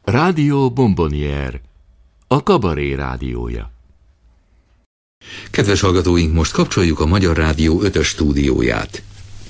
Rádió Bombonier, a kabaré rádiója. Kedves hallgatóink, most kapcsoljuk a Magyar Rádió 5-ös stúdióját.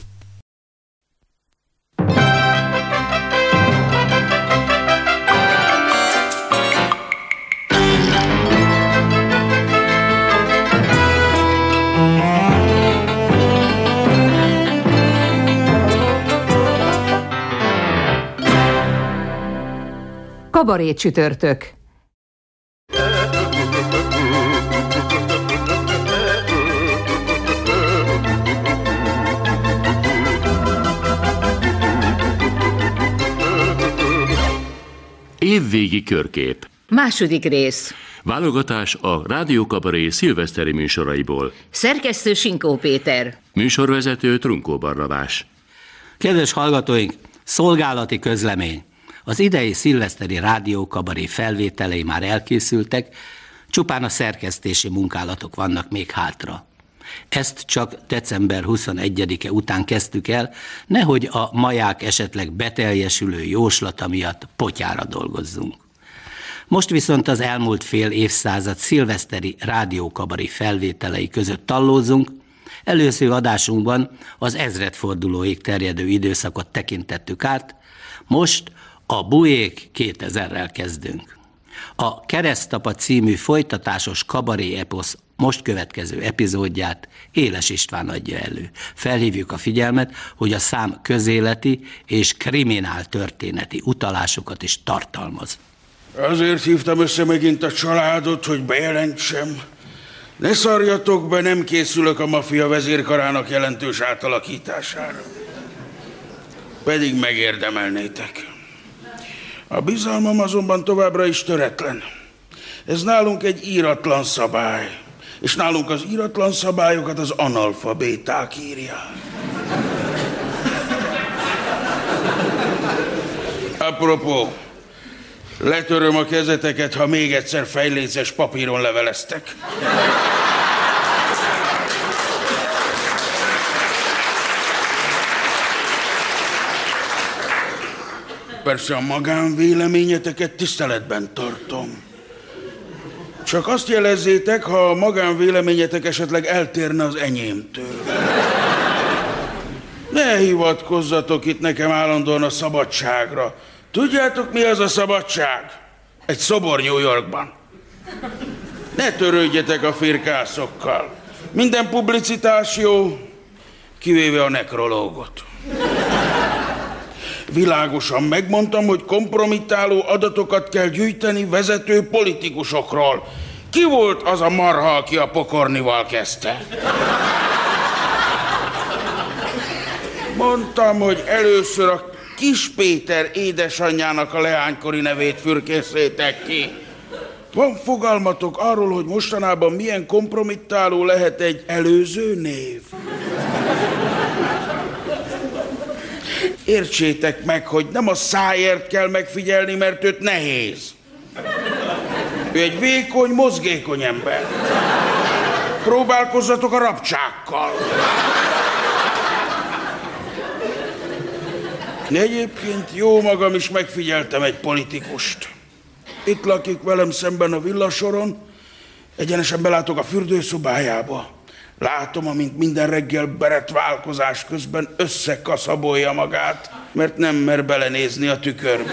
Kabaré csütörtök. Évvégi körkép. Második rész. Válogatás a Rádió Kabaré szilveszteri műsoraiból. Szerkesztő Sinkó Péter. Műsorvezető Trunkó Barnabás. Kedves hallgatóink, szolgálati közlemény. Az idei szilveszteri Rádió Kabaré felvételei már elkészültek, csupán a szerkesztési munkálatok vannak még hátra. Ezt csak december 21-e után kezdtük el, nehogy a maják esetleg beteljesülő jóslata miatt potyára dolgozzunk. Most viszont az elmúlt fél évszázad szilveszteri Rádió Kabaré felvételei között tallózunk. Előző adásunkban az ezredfordulóig terjedő időszakot tekintettük át, most a Bujék 2000-rel kezdünk. A Keresztapa című folytatásos kabaré eposz most következő epizódját Éles István adja elő. Felhívjuk a figyelmet, hogy a szám közéleti és kriminál történeti utalásokat is tartalmaz. Azért hívtam össze megint a családot, hogy bejelentsem. Ne szarjatok be, nem készülök a maffia vezérkarának jelentős átalakítására. Pedig megérdemelnétek. A bizalmam azonban továbbra is töretlen. Ez nálunk egy íratlan szabály. És nálunk az íratlan szabályokat az analfabéták írják. Apropó, letöröm a kezeteket, ha még egyszer fejléces papíron leveleztek. Persze a magánvéleményeteket tiszteletben tartom. Csak azt jelezzétek, ha a magánvéleményetek esetleg eltérne az enyémtől. Ne hivatkozzatok itt nekem állandóan a szabadságra. Tudjátok, mi az a szabadság? Egy szobor New Yorkban. Ne törődjetek a firkászokkal. Minden publicitás jó, kivéve a nekrológot. Világosan megmondtam, hogy kompromittáló adatokat kell gyűjteni vezető politikusokról. Ki volt az a marha, aki a Pokornival kezdte? Mondtam, hogy először a Kis Péter édesanyjának a leánykori nevét fürkészétek ki. Van fogalmatok arról, hogy mostanában milyen kompromittáló lehet egy előző név? Értsétek meg, hogy nem a szájért kell megfigyelni, mert őt nehéz. Ő egy vékony, mozgékony ember. Próbálkozzatok a rabcsákkal. Egyébként jó magam is megfigyeltem egy politikust. Itt lakik velem szemben a villasoron, egyenesen belátok a fürdőszobájába. Látom, amint minden reggel beretválkozás közben összekaszabolja magát, mert nem mer belenézni a tükörbe.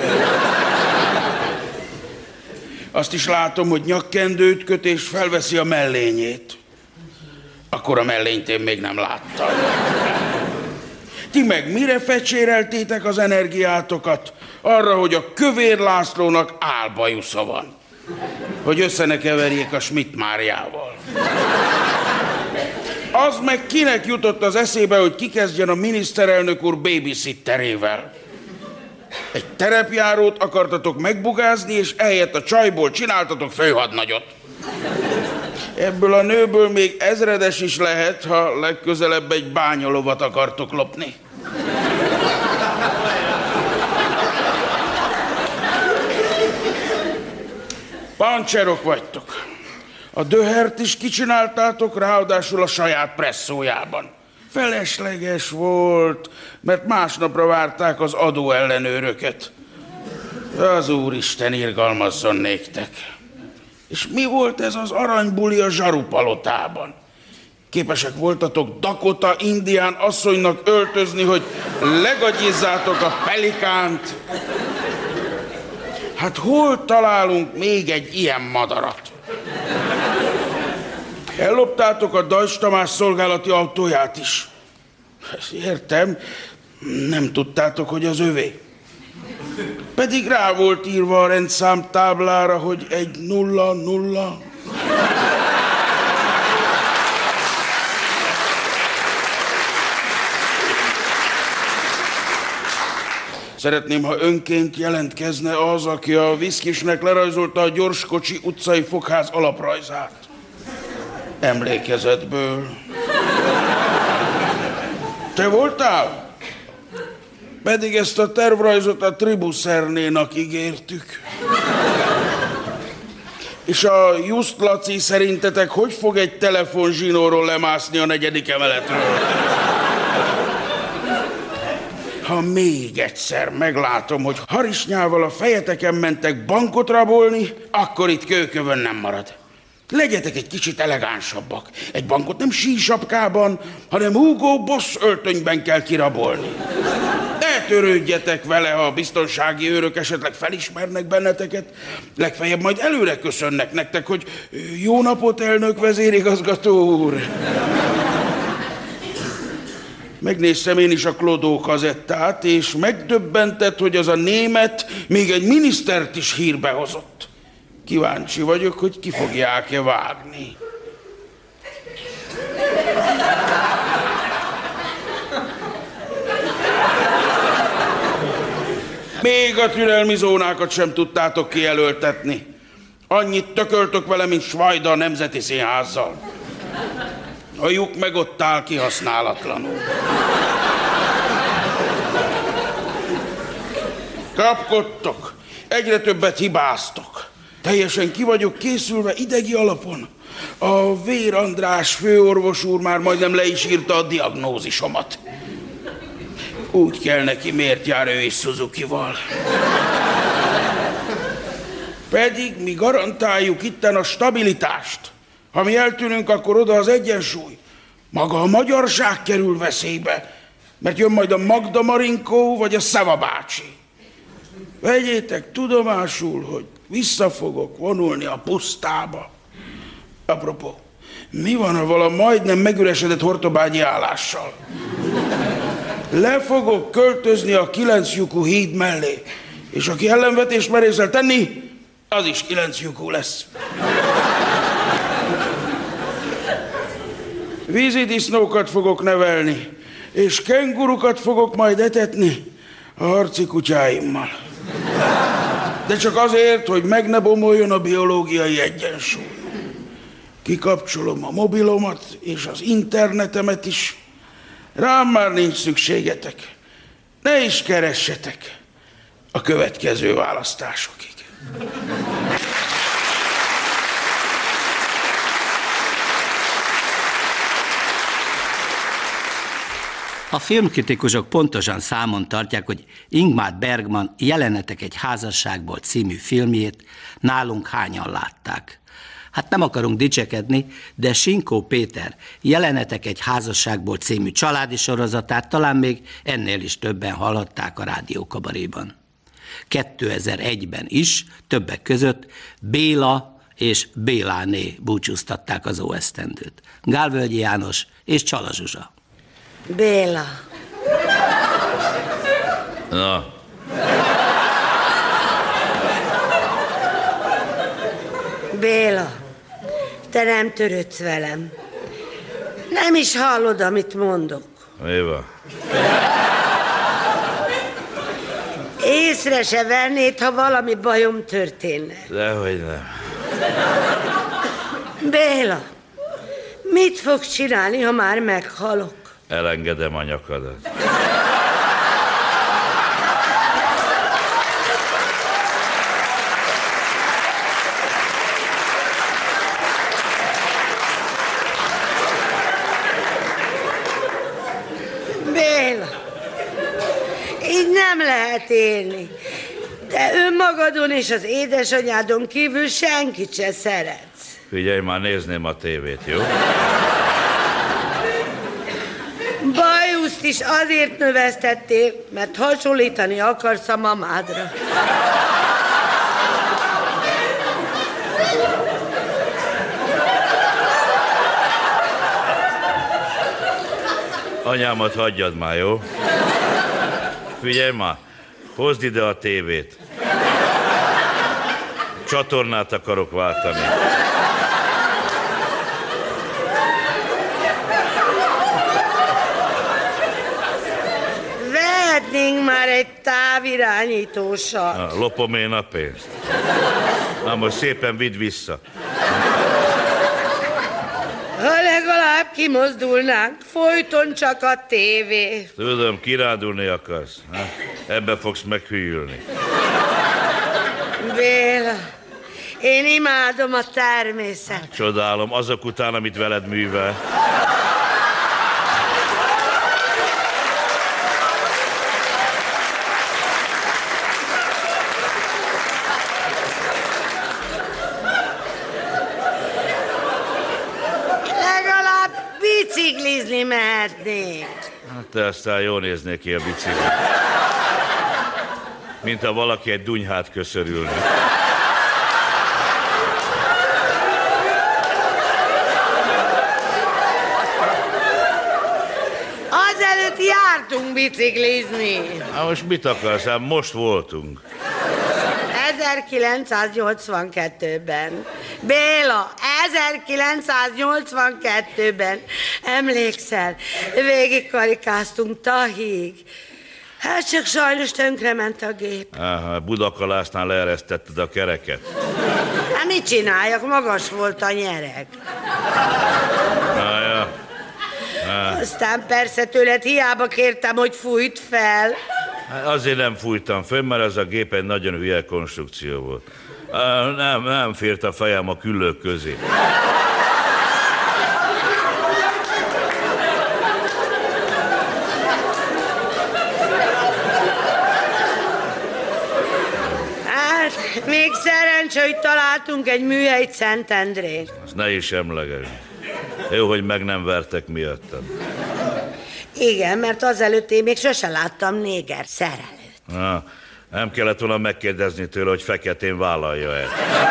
Azt is látom, hogy nyakkendőt köt és felveszi a mellényét. Akkor a mellényt én még nem láttam. Ti meg mire fecséreltétek az energiátokat? Arra, hogy a Kövér Lászlónak álbajusza van. Hogy össze ne keverjék a Schmidt Máriával. Az meg kinek jutott az eszébe, hogy kikezdjen a miniszterelnök úr babysitterével? Egy terepjárót akartatok megbugázni, és ehelyett a csajból csináltatok főhadnagyot. Ebből a nőből még ezredes is lehet, ha legközelebb egy bányalovat akartok lopni. Pancserok vagytok. A döhert is kicsináltátok, ráadásul a saját presszójában. Felesleges volt, mert másnapra várták az adóellenőröket. Az Úristen irgalmazzon néktek. És mi volt ez az aranybuli a zsarupalotában? Képesek voltatok Dakota indián asszonynak öltözni, hogy legagyizzátok a pelikánt? Hát hol találunk még egy ilyen madarat? Elloptátok a Deutsch Tamás szolgálati autóját is. Értem, nem tudtátok, hogy az övé. Pedig rá volt írva a rendszámtáblára, hogy 100. Szeretném, ha önként jelentkezne az, aki a Viszkisnek lerajzolta a Gyorskocsi utcai fogház alaprajzát. Emlékezetből. Te voltál? Pedig ezt a tervrajzot a Tribuszernénak ígértük. És a Just Laci szerintetek hogy fog egy telefonzsinóról lemászni a 4. emeletről? Ha még egyszer meglátom, hogy harisnyával a fejeteken mentek bankot rabolni, akkor itt kőkövön nem marad. Legyetek egy kicsit elegánsabbak. Egy bankot nem sísapkában, hanem Hugo Boss öltönyben kell kirabolni. Ne törődjetek vele, ha a biztonsági őrök esetleg felismernek benneteket. Legfeljebb majd előre köszönnek nektek, hogy jó napot, elnök vezérigazgató úr. Megnéztem én is a Klodó kazettát, és megdöbbentett, hogy az a német még egy minisztert is hírbe hozott. Kíváncsi vagyok, hogy ki fogják-e vágni. Még a türelmi zónákat sem tudtátok kijelöltetni. Annyit tököltök vele, mint Svajda a Nemzeti Színházzal. A lyuk meg ott áll kihasználatlanul. Kapkodtok, egyre többet hibáztok. Teljesen ki vagyok készülve idegi alapon. A Vér András főorvos úr már majdnem le is írta a diagnózisomat. Úgy kell neki, miért jár ő is Suzukival. Pedig mi garantáljuk itten a stabilitást. Ha mi eltűnünk, akkor oda az egyensúly. Maga a magyarság kerül veszélybe, mert jön majd a Magda Marinkó vagy a Szava bácsi. Vegyétek tudomásul, hogy vissza fogok vonulni a pusztába. Apropó, mi van a vala majdnem megüresedett hortobágyi állással? Le fogok költözni a 9 lyukú híd mellé, és aki ellenvetést merészel tenni, az is 9 lyukú lesz. Vízidisznókat fogok nevelni, és kengurukat fogok majd etetni a harci kutyáimmal. De csak azért, hogy meg ne bomoljon a biológiai egyensúly. Kikapcsolom a mobilomat és az internetemet is. Rám már nincs szükségetek. Ne is keressetek a következő választásokig. A filmkritikusok pontosan számon tartják, hogy Ingmar Bergman Jelenetek egy házasságból című filmjét nálunk hányan látták. Hát nem akarunk dicsekedni, de Sinkó Péter Jelenetek egy házasságból című családi sorozatát talán még ennél is többen hallhatták a rádiókabaréban. 2001-ben is többek között Béla és Béláné búcsúztatták az óesztendőt. Gálvölgyi János és Csala Zsuzsa. Béla. Na. Béla, te nem törődsz velem. Nem is hallod, amit mondok. Mi van? Észre se vennéd, ha valami bajom történne. Dehogy nem. Béla, mit fogsz csinálni, ha már meghalok? Elengedem a nyakadat. Béla, így nem lehet élni. De Te önmagadon és az édesanyádon kívül senkit se szeretsz. Figyelj, már nézném a tévét, jó? Bajuszt is azért növesztettél, mert hasonlítani akarsz a mamádra. Anyámat hagyjad már, jó? Figyelj már, hozd ide a tévét. Csatornát akarok váltani. Vehetnénk már egy távirányítósat. Lopom én a pénzt. Na most szépen vidd vissza. Ha legalább kimozdulnánk, folyton csak a tévé. Tudom, kirándulni akarsz. Ebbe fogsz meghűlni. Béla, én imádom a természet. Csodálom, azok után, amit veled művel. Biciklizni mehetnék. Hát te aztán jól néznék ki a biciklit. Mint ha valaki egy dunyhát köszörülne. Azelőtt jártunk biciklizni. Na most mit akarsz? Hát most voltunk. 1982-ben. Béla, 1982-ben. Emlékszel, végig karikáztunk Tahig. Hát csak sajnos tönkrement a gép. Aha, Budakalásznál leeresztetted a kereket. Hát mit csináljak, magas volt a nyereg. Ja. Aztán persze tőled hiába kértem, hogy fújt fel. Hát azért nem fújtam föl, mert ez a gép egy nagyon hülye konstrukció volt. Nem fért a fejem a küllők közé. Hát, még szerencsé, hogy találtunk egy műhelyt Szentendrén. Azt ne is emlegesd. Jó, hogy meg nem vertek miattam. Igen, mert azelőtt én még sose láttam néger szerelőt. Nem kellett volna megkérdezni tőle, hogy feketén vállalja-e.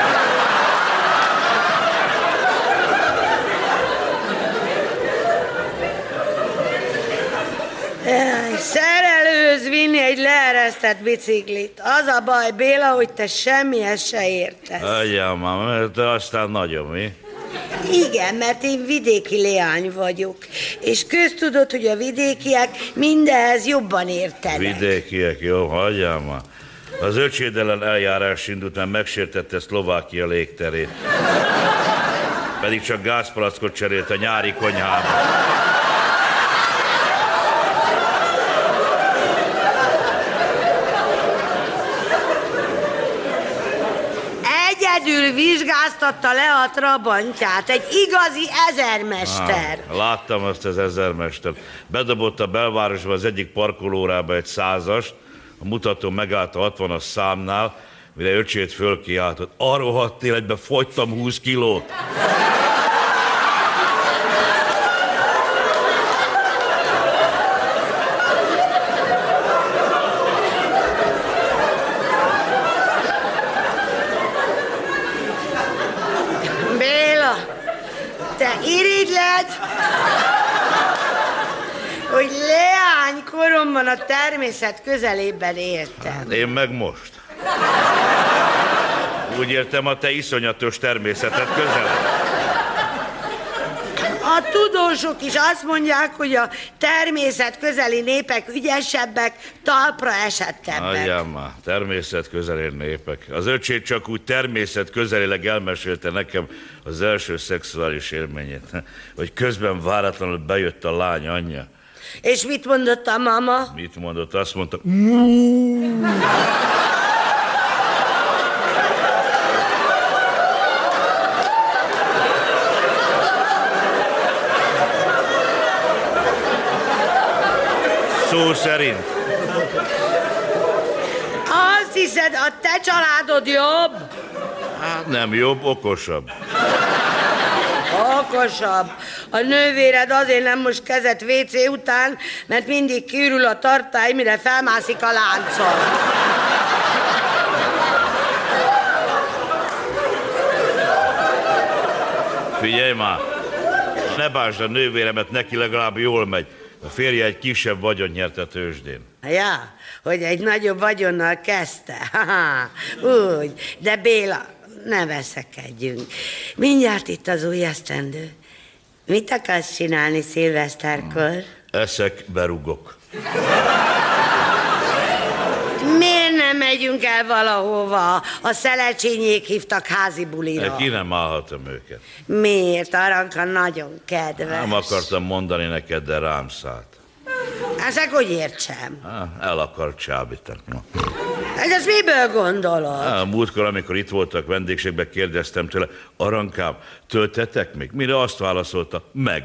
Szerelőhöz vinni egy leeresztett biciklit. Az a baj, Béla, hogy te semmihez se értesz. Adjál már, mert aztán nagyon, mi? Igen, mert én vidéki leány vagyok, és köztudott, hogy a vidékiek mindenhez jobban értenek. Vidékiek, jó, hagyjál már. Az öcséd ellen eljárás indult, mert megsértette Szlovákia légterét. Pedig csak gázpalackot cserélt a nyári konyhába. Egyedül vizsgáztatta le a trabantját, egy igazi ezermester. Láttam azt az ezermestert. Bedobott a belvárosba az egyik parkolórába egy 100-ast, a mutató megállt a 60-as számnál, mire öcsét fölkiáltott. A rohadt életbe fogytam 20 kilót. Béla, te irigyled, hogy leány koromban a természet közelében éltem. Én meg most. Úgy értem, a te iszonyatos természetet közelebb. A tudósok is azt mondják, hogy a természet közeli népek ügyesebbek, talpra esettebbek. Adjál már, természet közeli népek. Az öcsét csak úgy természet közelileg elmesélte nekem az első szexuális élményét, hogy közben váratlanul bejött a lány anyja. És mit mondott a mama? Mit mondott? Azt mondta... Szó szerint. Azt hiszed, A te családod jobb? Hát nem jobb, okosabb. Okosabb. A nővéred azért nem most kezet WC után, mert mindig kiürül a tartály, mire felmászik a láncon. Figyelj már! Ne bánsd a nővéremet, neki legalább jól megy. A férje egy kisebb vagyont nyert a tőzsdén. Ja, hogy egy nagyobb vagyonnal kezdte. Úgy, de Béla, ne veszekedjünk. Mindjárt itt az új esztendő. Mit akarsz csinálni szilveszterkor? Eszek, berugok. Miért nem megyünk el valahova? A Szelecsényék hívtak házi bulira. Ki nem állhatom őket. Miért? Aranka nagyon kedves. Nem akartam mondani neked, de rám szállt. Ezek hogy értsem? El akart csábítani. Ez miből gondolod? Múltkor, amikor itt voltak vendégségben, kérdeztem tőle, Arankám, töltetek még? Mire azt válaszolta, meg.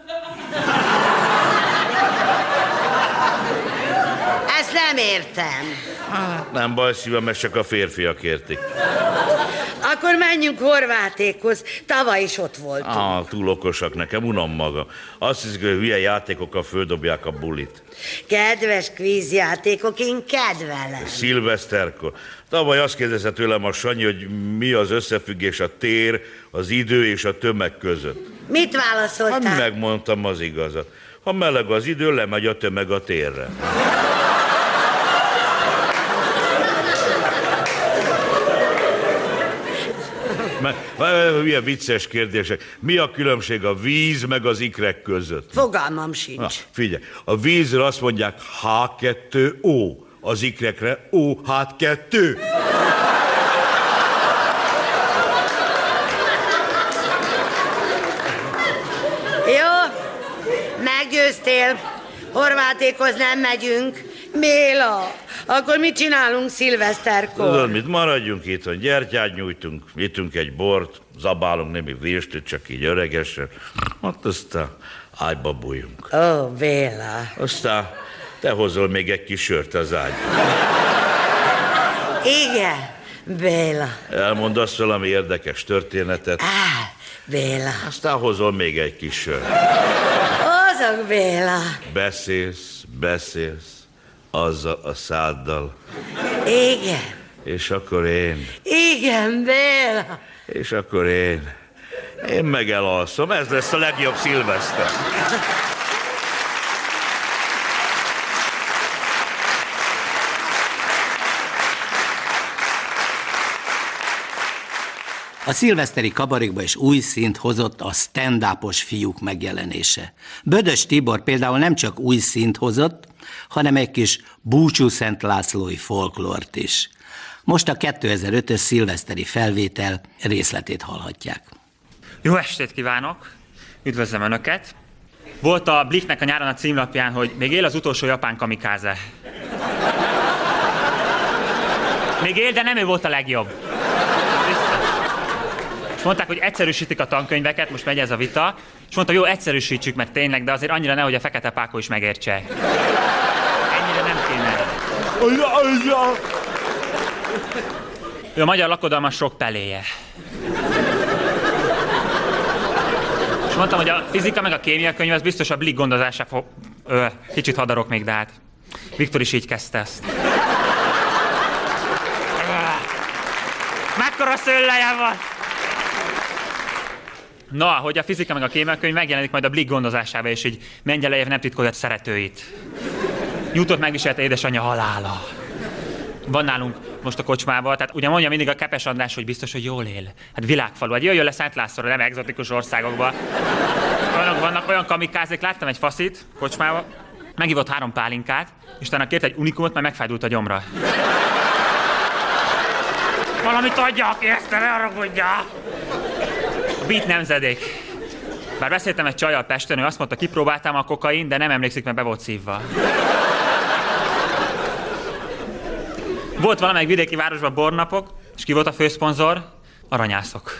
Ezt nem értem. Nem baj, szívem, ezt csak a férfiak értik. Akkor menjünk Horvátékhoz. Tavaly is ott voltunk. Túl okosak nekem, unom magam. Azt hiszik, hogy hülye játékokkal földobják a bulit. Kedves kvízjátékok, én kedvelem. Szilveszterkor. Tavaly azt kérdezte tőlem a Sanyi, hogy mi az összefüggés a tér, az idő és a tömeg között. Mit válaszoltál? Hát megmondtam az igazat. Ha meleg az idő, lemegy a tömeg a térre. Milyen vicces kérdések. Mi a különbség a víz meg az ikrek között? Fogalmam sincs. Na, figyelj, a vízre azt mondják H2O, az ikrekre OH2. Jó, meggyőztél. Horvátékhoz nem megyünk. Béla, akkor mit csinálunk szilveszterkor? Tudod mit, maradjunk itthon, gyertyát nyújtunk, itunk egy bort, zabálunk némi virslit, csak így öregesen, hát aztán ágyba bújjunk. Ó, Béla. Aztán te hozol még egy kis sört az ágyba. Igen, Béla. Elmondasz valami érdekes történetet? Béla. Aztán hozol még egy kis sört. Hozok, Béla. Beszélsz, azzal a száddal. Igen. És akkor én. Igen, Béla. És akkor én. Én meg elalszom, ez lesz a legjobb szilveszter. A szilveszteri kabarékba is új színt hozott a stand-upos fiúk megjelenése. Bödös Tibor például nem csak új színt hozott, hanem egy kis búcsú Szent Lászlói folklort is. Most a 2005-ös szilveszteri felvétel részletét hallhatják. Jó estét kívánok! Üdvözlöm Önöket! Volt a Blicknek a nyáron a címlapján, hogy még él az utolsó japán kamikáze. Még él, de nem ő volt a legjobb. És mondták, hogy egyszerűsítik a tankönyveket, most megy ez a vita, és mondta, jó, egyszerűsítsük meg tényleg, de azért annyira ne, hogy a Fekete Pákó is megértse. Ennyire nem kéne. Ő a magyar lakodalmas sok peléje. És mondtam, hogy a fizika meg a kémia könyv, az biztos a Blick gondozása kicsit hadarok még, de hát Viktor is így kezdte ezt. Mekkora szőlleje van! Na, hogy a fizika meg a kémia könyv megjelenik majd a Blick gondozásába, és így Mendelejev nem titkolja szeretőit. Newtont megviselte édesanyja halála. Van nálunk most a kocsmában, tehát ugye mondja mindig a Kepes András, hogy biztos, hogy jól él. Hát világfalu, hát jöjjön le Szent Lászlóra, nem egzotikus országokba. Vannak olyan kamikázék, láttam egy faszit kocsmában, megivott 3 pálinkát, és utána kért egy unikumot, majd megfájdult a gyomra. Valamit adja, aki ezt ne haragudja! A Beat nemzedék. Bár beszéltem egy csajjal Pesten, ő azt mondta, kipróbáltam a kokain, de nem emlékszik, mert be volt szívva. Volt valamelyik vidéki városban bornapok, és ki volt a főszponzor? Aranyászok.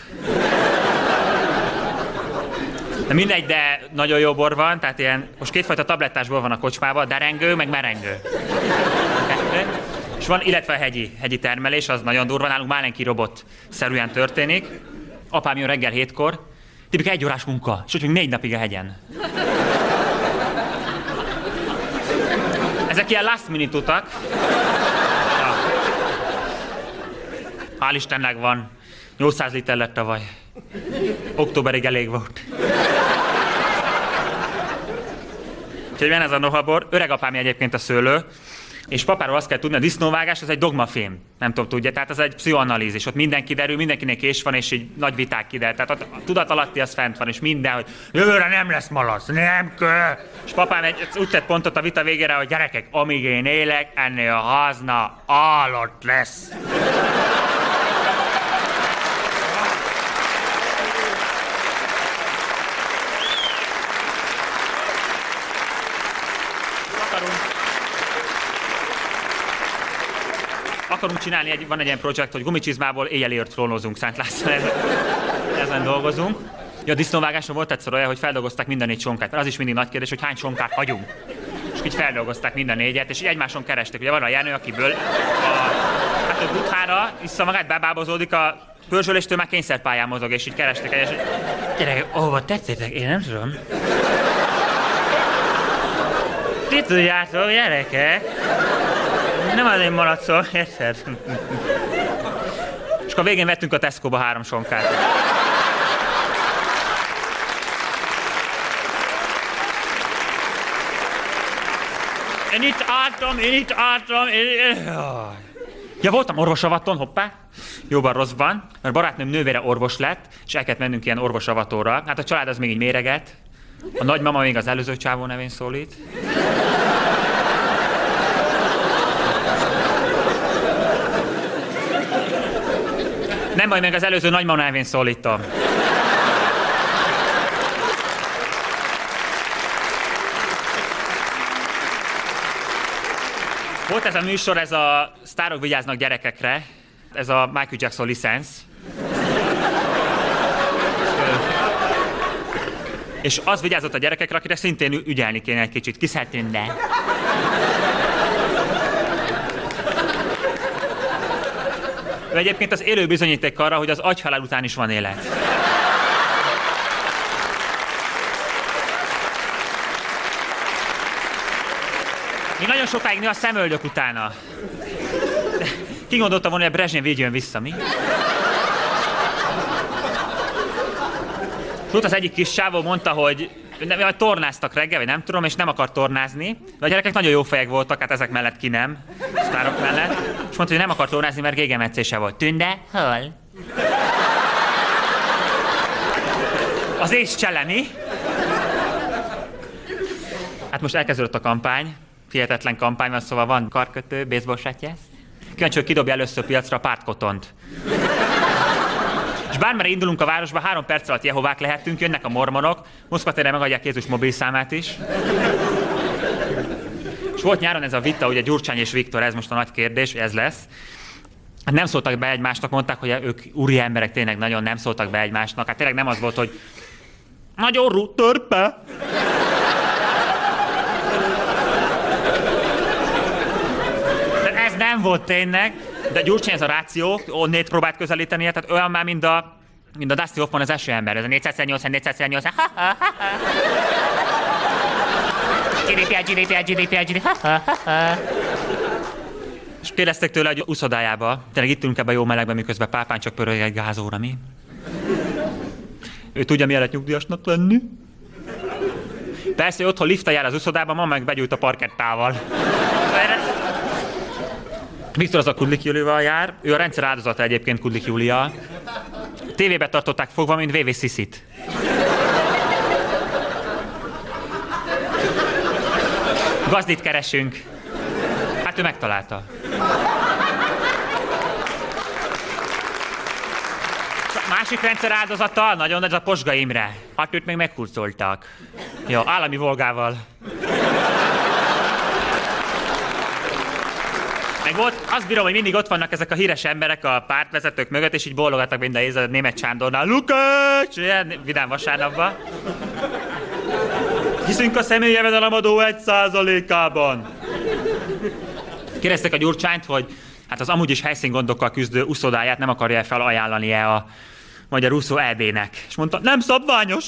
De mindegy, de nagyon jó bor van, tehát ilyen, most 2 fajta tablettás bor van a kocsmában, derengő, meg merengő. És van, illetve a hegyi termelés, az nagyon durva, nálunk Málenki robot-szerűen történik. Apám jön reggel 7-kor, tipik 1 órás munka, és úgy még 4 napig a hegyen. Ezek ilyen last minute utak. Ja. Hál' Istennek van. 800 liter lett tavaly. Októberig elég volt. Úgyhogy van ez a nohabor. Öregapám egyébként a szőlő, és papáról azt kell tudni, a disznóvágás az egy dogmafilm. Nem tudom, tudja, tehát az egy pszichoanalízis. Ott minden kiderül, mindenkinek kés van, és így nagy viták kiderül. Tehát ott a tudat alatti az fent van, és minden, hogy jövőre nem lesz malac, nem kell. És papám úgy tett pontot a vita végére, hogy gyerekek, amíg én élek, ennél a házna állat lesz. Akarunk csinálni, van egy ilyen projekt, hogy gumicsizmából éjjelért trónozunk Szent Lászlón, ezen dolgozunk. Ja, a disznóvágáson volt egyszer olyan, hogy feldolgozták mind a 4 sonkát, mert az is mindig nagy kérdés, hogy hány sonkát hagyunk. És így feldolgozták mind a 4-et, és így egymáson keresték. Ugye van a Jenő, akiből a buthára issza magát, bebábozódik, a pörzsöléstől már kényszerpályán mozog, és így keresték egyes. Gyerekek, ahova tetszettek, én nem tudom. Ti tudjátok, gyerekek? Nem az én malacom, érted? És akkor végén vettünk a Tesco-ba 3 sonkát. Én itt álltam. Ja, voltam orvosavaton, hoppá, jóban rosszban, mert barátnőm nővére orvos lett, és el kellett mennünk ilyen orvosavatóra. Hát a család az még így méreget, a nagymama még az előző csávó nevén szólít. Nem baj, meg az előző nagymama nevén szólítom. Volt ez a műsor, ez a Sztárok vigyáznak gyerekekre, ez a Michael Jackson licensz. És az vigyázott a gyerekekre, akire szintén ügyelni kéne egy kicsit. Kiszertűnne. Ő egyébként az élő bizonyíték arra, hogy az agyhalál után is van élet. Még nagyon sokáig nő a szemöldök utána. Ki gondolta volna, hogy a Brezsnyev így jön vissza, mi? Tudod, az egyik kis csávó mondta, hogy tornáztak reggel, vagy nem tudom, és nem akar tornázni. De a gyerekek nagyon jó fejek voltak, hát ezek mellett ki nem, sztárok mellett. És mondta, hogy nem akar tornázni, mert gégemetszése volt. Tünde, hol? Az éscsele, mi? Hát most elkezdődött a kampány. Hihetetlen kampány van, szóval van karkötő, baseball settyesz. Kíváncsi, hogy kidobja először piacra a pártkotont. És bármerre indulunk a városba, 3 perc alatt Jehovák lehetünk, jönnek a mormonok, Moszkva téren megadják Jézus mobilszámát is. És volt nyáron ez a vita, ugye Gyurcsány és Viktor, ez most a nagy kérdés, ez lesz. Hát nem szóltak be egymásnak, mondták, hogy ők úri emberek, tényleg nagyon nem szóltak be egymásnak. Hát tényleg nem az volt, hogy nagyon rú, törpe. Ez nem volt tényleg, de Gyurcsány ez a ráció, onnét próbált közelíteni, tehát olyan már, mint a Dusty Hoffman az első ember, ez a 480, GDPR, és kérdezték tőle, hogy uszodájába, tényleg itt ülünk ebben a jó melegben, miközben pápán csak pörög egy gázóra, mi? Ő tudja, milyen lett nyugdíjasnak lenni? Persze, hogy otthon lifta jár az uszodában, ma meg begyújt a parkettával. Viktor az a Kudlik Júlival jár, ő a rendszer áldozata egyébként, Kudlik Júlia. Tévébe tartották fogva, mint VV Sziszit. Gazdit keresünk. Hát ő megtalálta. Másik rendszer áldozata, nagyon nagy, az a Posga Imre. Hát őt még megkurcoltak. Jó, állami volgával. Meg volt, azt bírom, hogy mindig ott vannak ezek a híres emberek a pártvezetők mögött, és így bólogatnak mind a Jézus, a Németh Sándornál. Lukács! Ilyen vidám vasárnapban. Hiszünk a személyi jövedelemadó 1%-ában. Kérdeztek a Gyurcsányt, hogy hát az amúgy is helyszíngondokkal küzdő uszodáját nem akarja felajánlani-e a Magyar Úszó EB-nek. És mondta, nem szabványos.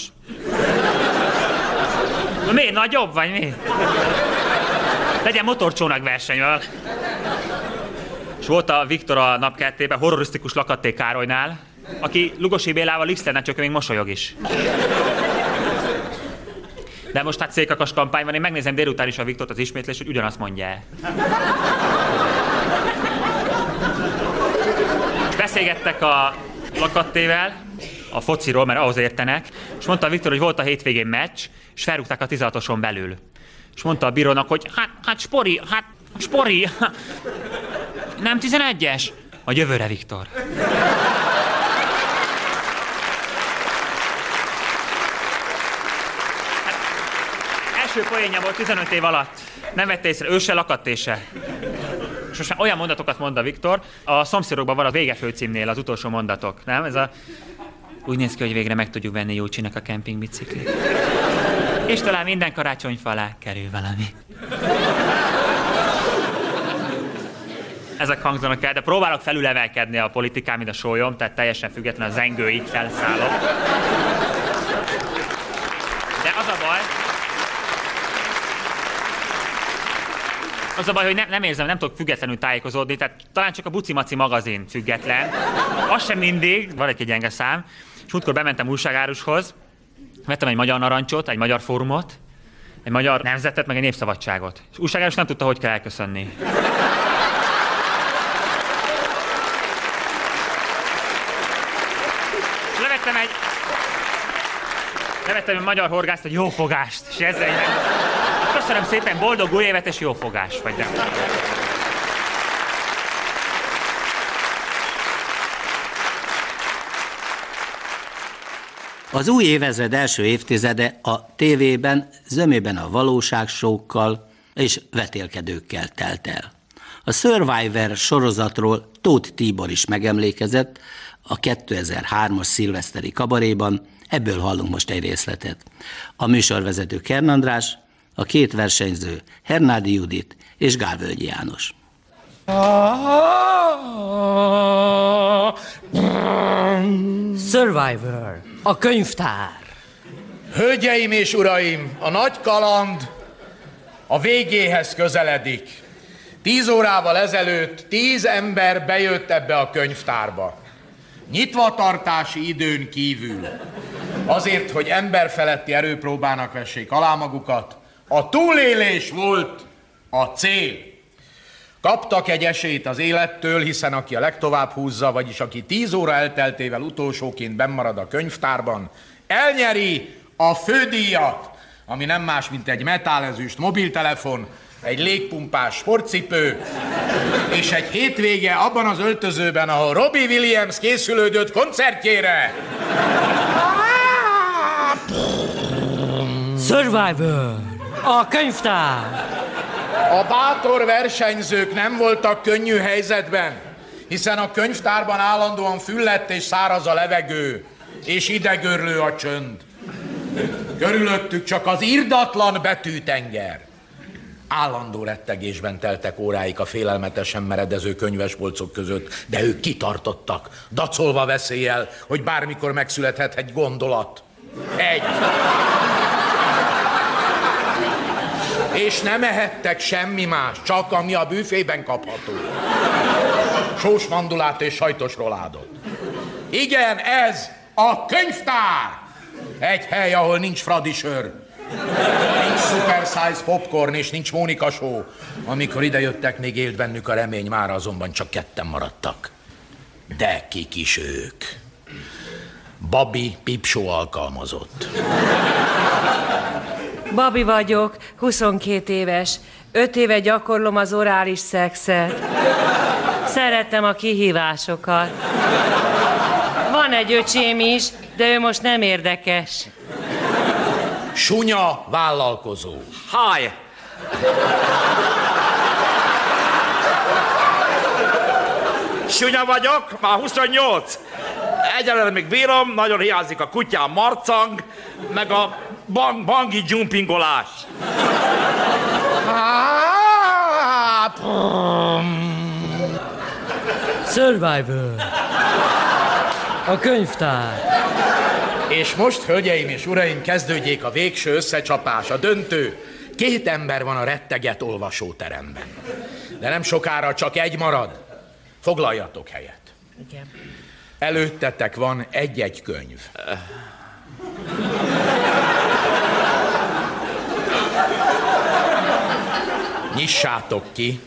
Na mi, nagyobb vagy mi? Legyen motorcsónak versenyvel. És volt a Viktor a Napkertében horrorisztikus Lakatté Károlynál, aki Lugosi Bélával lisztelne, csak még mosolyog is. De most hát székakas kampány van, én megnézem délután is a Viktort az ismétlés, hogy ugyanazt mondja el. Beszélgettek a Lakattével, a fociról, mert ahhoz értenek, és mondta a Viktor, hogy volt a hétvégén meccs, és felrúgták a 16-oson belül. És mondta a bírónak, hogy hát Spori, nem 11-es? A jövőre, Viktor. Első poénja volt 15 év alatt. Nem vette észre, ő se, Lakatté se. És most már olyan mondatokat mond a Viktor, a Szomszédokban van a Vége főcímnél az utolsó mondatok, nem? Ez a... Úgy néz ki, hogy végre meg tudjuk venni Jócsinak a kempingbiciklit. És talán minden karácsonyfa alá kerül valami. Ezek hangzanak el, de próbálok felülemelkedni a politikán, mint a sólyom, tehát teljesen független a zengőig felszállok. De az a baj, hogy nem érzem, nem tudok függetlenül tájékozódni, tehát talán csak a Buci Maci magazin független. Az sem mindig, van egy gyenge szám. És múltkor bementem újságárushoz, vettem egy Magyar Narancsot, egy Magyar Fórumot, egy Magyar Nemzetet, meg egy Népszabadságot. És újságárus nem tudta, hogy kell elköszönni. Levettem egy magyar horgászt, egy jófogást, és ezzel így... Köszönöm szépen, boldog új évet és jófogás, vagy nem. Az új évezred első évtizede a tévében zömében a valóságsókkal és vetélkedőkkel telt el. A Survivor sorozatról Tóth Tibor is megemlékezett a 2003-as szilveszteri kabaréban, ebből hallunk most egy részletet. A műsorvezető Kern András, a két versenyző Hernádi Judit és Gálvölgyi János. Survivor, a könyvtár. Hölgyeim és uraim, a nagy kaland a végéhez közeledik. 10 órával ezelőtt 10 ember bejött ebbe a könyvtárba. Nyitvatartási időn kívül. Azért, hogy emberfeletti erőpróbának vessék alá magukat. A túlélés volt a cél. Kaptak egy esélyt az élettől, hiszen aki a legtovább húzza, vagyis aki 10 óra elteltével utolsóként bennmarad a könyvtárban, elnyeri a fődíjat, ami nem más, mint egy metálezüst mobiltelefon, egy légpumpás sportcipő, és egy hétvége abban az öltözőben, ahol Robbie Williams készülődött koncertjére. Survivor, a könyvtár. A bátor versenyzők nem voltak könnyű helyzetben, hiszen a könyvtárban állandóan füllett és száraz a levegő, és idegörlő a csönd. Körülöttük csak az irdatlan betűtenger. Állandó rettegésben teltek óráik a félelmetesen meredező könyvespolcok között, de ők kitartottak, dacolva veszéllyel, hogy bármikor megszülethet egy gondolat. Egy. És nem ehettek semmi más, csak ami a büfében kapható. Sós mandulát és sajtos roládot. Igen, ez a könyvtár! Egy hely, ahol nincs fradi sör. Nincs super size popcorn és nincs Mónika show. Amikor idejöttek, még élt bennük a remény, mára azonban csak ketten maradtak. De kik is ők? Babi Pipsó alkalmazott. Babi vagyok, 22 éves. 5 éve gyakorlom az orális szexet. Szeretem a kihívásokat. Van egy öcsém is, de ő most nem érdekes. Sunya vállalkozó. Hi! Sunya vagyok, már 28. Egyelőre még bírom, nagyon hiányzik a kutyám marcang, meg a bangi jumpingolás. Survivor. A könyvtár. És most, hölgyeim és uraim, kezdődjék a végső összecsapás, a döntő. 2 ember van a retteget olvasóteremben. De nem sokára csak egy marad. Foglaljatok helyet. Igen. Előttetek van egy-egy könyv. Nyissátok ki.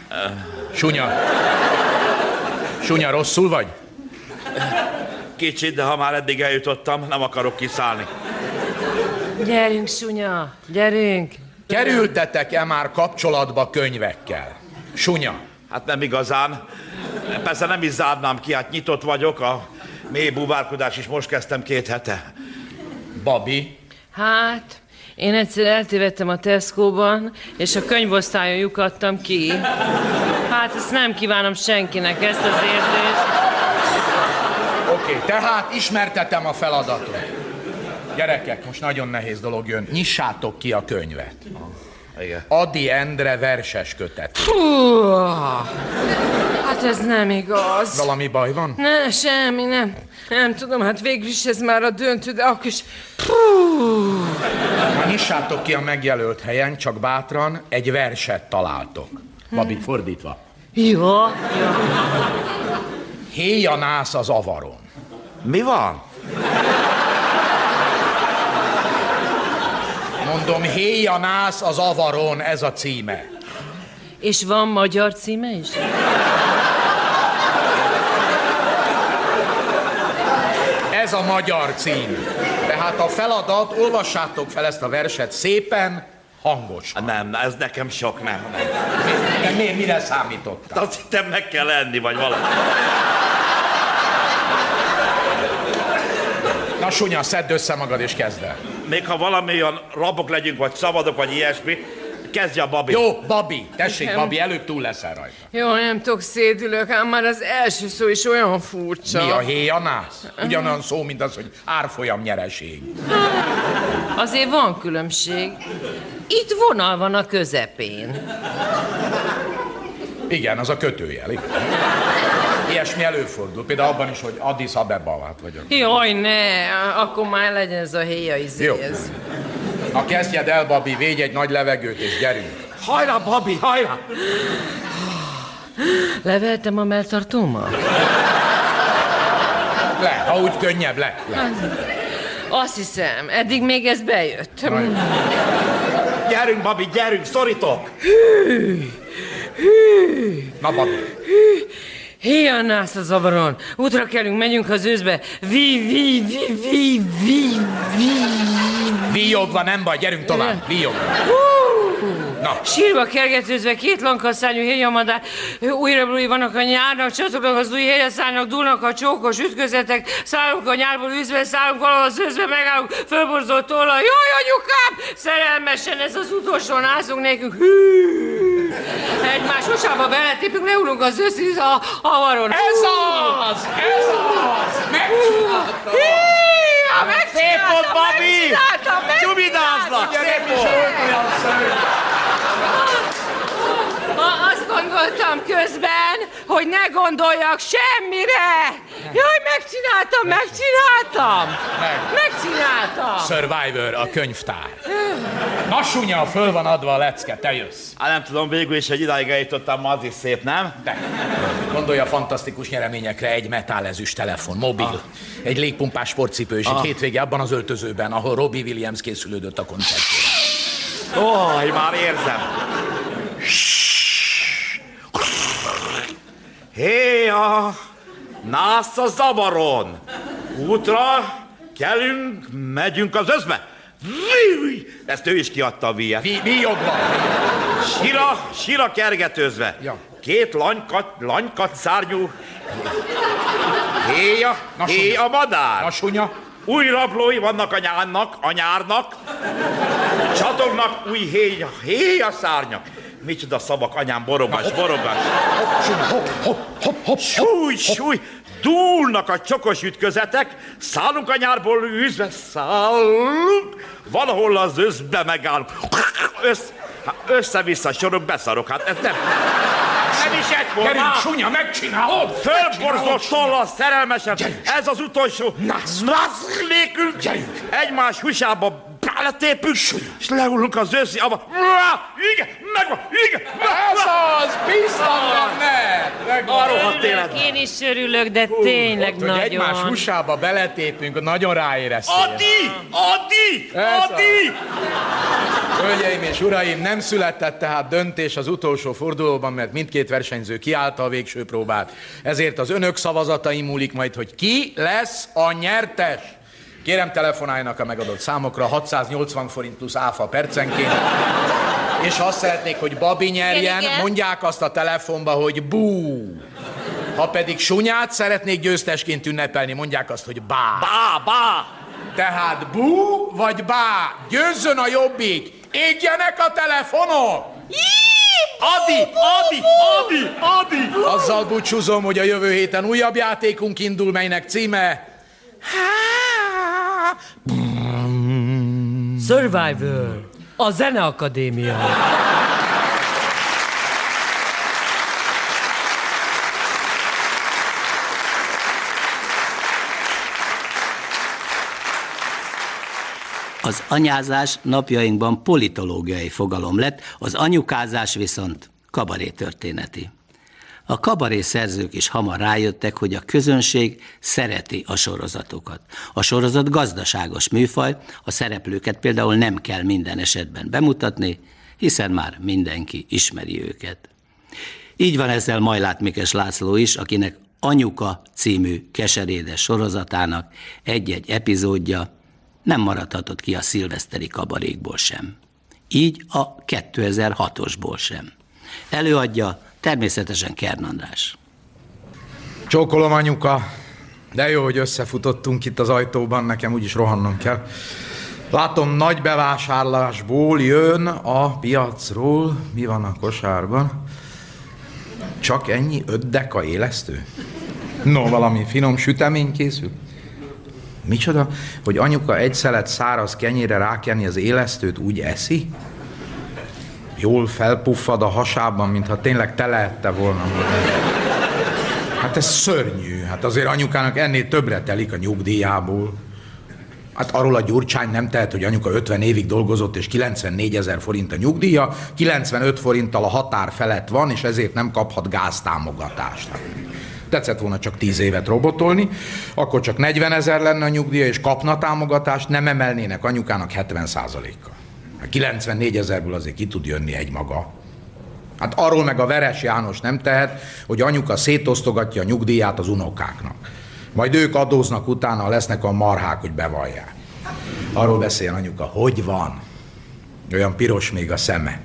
Sunya, rosszul vagy? Kicsit, de ha már eddig eljutottam, nem akarok kiszállni. Gyerünk, Sunya, gyerünk. Kerültetek-e már kapcsolatba könyvekkel? Sunya. Hát nem igazán. Persze nem is zárnám ki, hát nyitott vagyok, a mély búvárkodás is most kezdtem 2 hete. Babi? Hát, én egyszer eltévedtem a Tesco-ban, és a könyvosztályon lyukadtam ki. Hát ezt nem kívánom senkinek, ezt az érzést. Oké, tehát ismertetem a feladatot. Gyerekek, most nagyon nehéz dolog jön. Nyissátok ki a könyvet. Igen. Ady Endre verses kötet. Hát ez nem igaz. Valami baj van? Ne, semmi, nem. Nem tudom, hát végül is ez már a döntő, de akkor is... Na, nyissátok ki a megjelölt helyen, csak bátran egy verset találtok. Babi, fordítva. Jó. Héjanász az avaron. Mi van? Mondom, héjanász az avaron, ez a címe. És van magyar címe is? Ez a magyar cím. Tehát a feladat, olvassátok fel ezt a verset szépen, hangosan. Nem, ez nekem sok, nem. De miért, mire számítottál? Azt hittem meg kell enni, vagy valami. Na, Sunya, szedd össze magad és kezd el. Még ha valami olyan rabok legyünk, vagy szabadok, vagy ilyesmi, kezdje a Babi. Jó, Babi, tessék, Babi, előbb túl leszel rajta. Jó, nem tudok, szédülök, ám már az első szó is olyan furcsa. Mi a héjanász? Ugyanolyan szó, mint az, hogy árfolyam nyereség. Azért van különbség. Itt vonal van a közepén. Igen, az a kötőjel, igen. Ilyesmi előfordul. Például abban is, hogy Addis Abeba vagyok. Jaj, ne, akkor már legyen ez a héja izé. Jó. Na, kezdjed el, Babi, védj egy nagy levegőt, és gyerünk. Hajrá, Babi, hajrá! Leveltem a melltartómat? Le, ha úgy könnyebb, le. Azt hiszem, eddig még ez bejött. Gyerünk, Babi, gyerünk, szorítok! Na, Babi. Héjanász a zavaron. Útra kelünk, megyünk az őszbe. Vi. Víjogva, nem baj, gyerünk tovább. Víjogva. Na. Sírva kergetőzve 2 lankaszárnyú héjamadár, újra vannak a nyárnak, csatognak az új héjaszárnak, dúlnak a csókos ütközetek, szállunk a nyárból üzve, szállunk valahol az őszbe, megállunk, fölborzott tollal. Jaj, anyukám! Szerelmesen ez az utolsó nászunk nekünk. Egymás usába beletépünk, leülünk az őszi a havaron. Ez az! Megcsináltam! Szép volt, Babi! Csubidáznak! Szép volt! Azt gondoltam közben, hogy ne gondoljak semmire! Jaj, megcsináltam! Survivor, a könyvtár. Na, Sunya, föl van adva a lecke, te jössz. Hát nem tudom, végül is, hogy idáig eljutottam, az is szép, nem? De. Gondolja fantasztikus nyereményekre: egy metálezüst telefon, mobil, egy légpumpás sportcipő és egy hétvége abban az öltözőben, ahol Robbie Williams készülődött a koncertjére. Ój, már érzem. Héja, nász a zavaron. Útra kelünk, megyünk az özbe. Ezt ő is kiadta a víjat. Víjogva. Sira kergetőzve. Ja. 2 lanykat szárnyú. Héja madár. Na, Sunya. Új rablói vannak a nyárnak. Csatognak új héja szárnyak. Micsoda szavak, anyám, borogas. Súly, dúlnak a csokos ütközetek, szállunk a nyárból űzve, valahol az őszbe megállunk. Össze-vissza sorok, beszarok, hát ez nem... Nem is egyforma. Gyerünk, Sunya, megcsinálod! Fölborzott tollal szerelmesen. Ez az utolsó. Naszlékünk. Egymás húsába beletépünk, és leülünk az őszi abba. Igen, megvan, igen. Ez az, biztosan ne! A rohadt élet. Én is örülök, de tényleg ott, nagyon. hogy egymás húsába beletépünk, nagyon ráéreztél. Adi! Hölgyeim és uraim, nem született tehát döntés az utolsó fordulóban, mert mindkét versenyző kiállta a végső próbát. Ezért az önök szavazatai múlik majd, hogy ki lesz a nyertes. Kérem, telefonáljanak a megadott számokra, 680 forint plusz áfa percenként. És ha azt szeretnék, hogy Babi nyerjen, igen. mondják azt a telefonba, hogy bú. Ha pedig Sunyát szeretnék győztesként ünnepelni, mondják azt, hogy bá. Bá. Tehát bú vagy bá, győzzön a jobbik, égjenek a telefonok! Adi! Azzal búcsúzom, hogy a jövő héten újabb játékunk indul, melynek címe... Survivor, a Zeneakadémia. Az anyázás napjainkban politológiai fogalom lett, az anyukázás viszont kabarétörténeti. A kabaré szerzők is hamar rájöttek, hogy a közönség szereti a sorozatokat. A sorozat gazdaságos műfaj, a szereplőket például nem kell minden esetben bemutatni, hiszen már mindenki ismeri őket. Így van ezzel Majlát Mikes László is, akinek Anyuka című keserédes sorozatának egy-egy epizódja nem maradhatott ki a szilveszteri kabarékból sem. Így a 2006-osból sem. Előadja természetesen Kern András. Csókolom, anyuka. De jó, hogy összefutottunk itt az ajtóban, nekem úgyis rohannom kell. Látom, nagy bevásárlásból jön a piacról. Mi van a kosárban? Csak ennyi 5 deka élesztő? No, valami finom sütemény készül? Micsoda? Hogy anyuka egy szelet száraz kenyére rákenni az élesztőt úgy eszi? Jól felpuffad a hasában, mintha tényleg teleette volna. Hát ez szörnyű. Hát azért anyukának ennél többre telik a nyugdíjából. Hát arról a Gyurcsány nem tehet, hogy anyuka 50 évig dolgozott, és 94 000 forint a nyugdíja, 95 forinttal a határ felett van, és ezért nem kaphat gáztámogatást. Tetszett volna csak 10 évet robotolni, akkor csak 40 000 lenne a nyugdíja, és kapna támogatást, nem emelnének anyukának 70%-kal. 94 000-ből azért ki tud jönni egy maga. Hát arról meg a Veres János nem tehet, hogy anyuka szétosztogatja a nyugdíját az unokáknak. Majd ők adóznak utána, lesznek a marhák, hogy bevallják. Arról beszél anyuka, hogy van. Olyan piros még a szeme.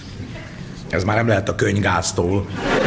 Ez már nem lehet a könygáztól.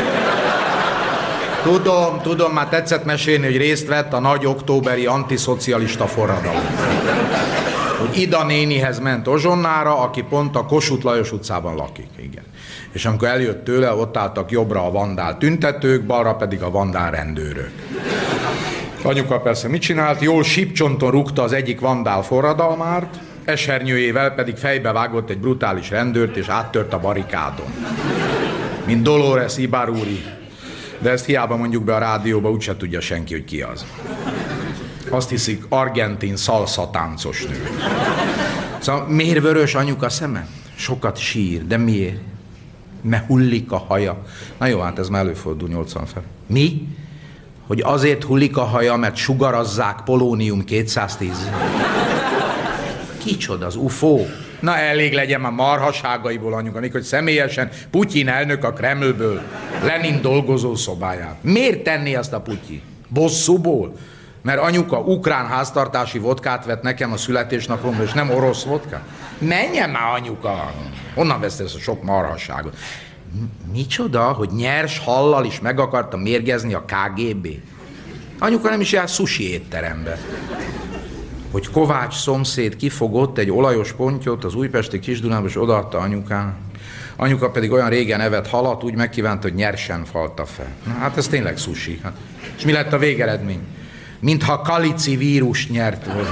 Tudom, már tetszett mesélni, hogy részt vett a nagy októberi antiszocialista forradalom. Hogy Ida nénihez ment Ozsonnára, aki pont a Kossuth Lajos utcában lakik. Igen. És amikor eljött tőle, ott álltak jobbra a vandál tüntetők, balra pedig a vandál rendőrök. Anyuka persze mit csinált? Jól sípcsonton rúgta az egyik vandál forradalmát, esernyőjével pedig fejbevágott egy brutális rendőrt, és áttört a barikádon. Mint Dolores Ibárúri. De ezt hiába mondjuk be a rádióba, úgyse tudja senki, hogy ki az. Azt hiszik, argentin szalsza táncos nő. Szóval miért vörös anyuka szeme? Sokat sír, de miért? Mert hullik a haja. Na jó, hát ez már előfordul 80 fel. Mi? Hogy azért hullik a haja, mert sugarazzák polónium 210. Kicsoda az UFO? Na elég legyen már marhaságaiból anyuka, mikor hogy személyesen Putyin elnök a Kremlből, Lenin dolgozó szobáján. Miért tenné azt a Putyin? Bosszúból? Mert anyuka ukrán háztartási vodkát vett nekem a születésnapomra, és nem orosz vodkát? Menjen már, anyuka! Honnan veszte ezt a sok marhasságot? Micsoda, hogy nyers hallal is meg akarta mérgezni a KGB? Anyuka nem is jár sushi étterembe. Hogy Kovács szomszéd kifogott egy olajos pontyot az újpesti Kisdunában, és odaadta anyukának. Anyuka pedig olyan régen evett halat, úgy megkívánta, hogy nyersen falta fel. Na, hát ez tényleg sushi. Hát. És mi lett a végeredmény? Mintha kalici vírus nyert volna.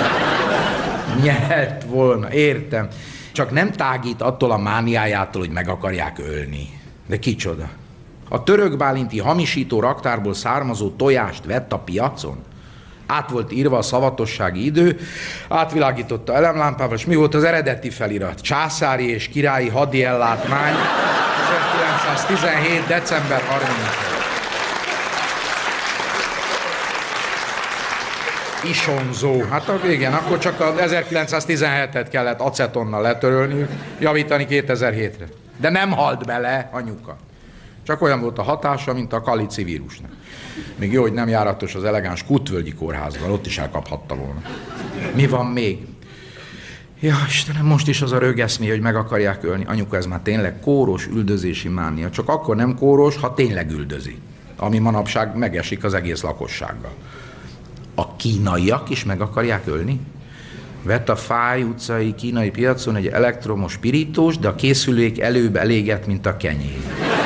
Nyert volna, értem. Csak nem tágít attól a mániájától, hogy meg akarják ölni. De kicsoda? A török bálinti hamisító raktárból származó tojást vett a piacon? Át volt írva a szavatossági idő, átvilágította elemlámpával, és mi volt az eredeti felirat? Császári és királyi hadiellátmány, 1917. december 30. Isonzó. Hát igen, akkor csak az 1917-et kellett acetonnal letörölniük, javítani 2007-re. De nem halt bele, anyuka. Csak olyan volt a hatása, mint a kalici vírusnak. Még jó, hogy nem járatos az elegáns Kútvölgyi kórházban, ott is elkaphatta volna. Mi van még? Ja, Istenem, most is az a rögeszmé, hogy meg akarják ölni. Anyuka, ez már tényleg kóros üldözési mánia. Csak akkor nem kóros, ha tényleg üldözi. Ami manapság megesik az egész lakossággal. A kínaiak is meg akarják ölni? Vett a Fáj utcai kínai piacon egy elektromos pirítós, de a készülék előbb elégett, mint a kenyér.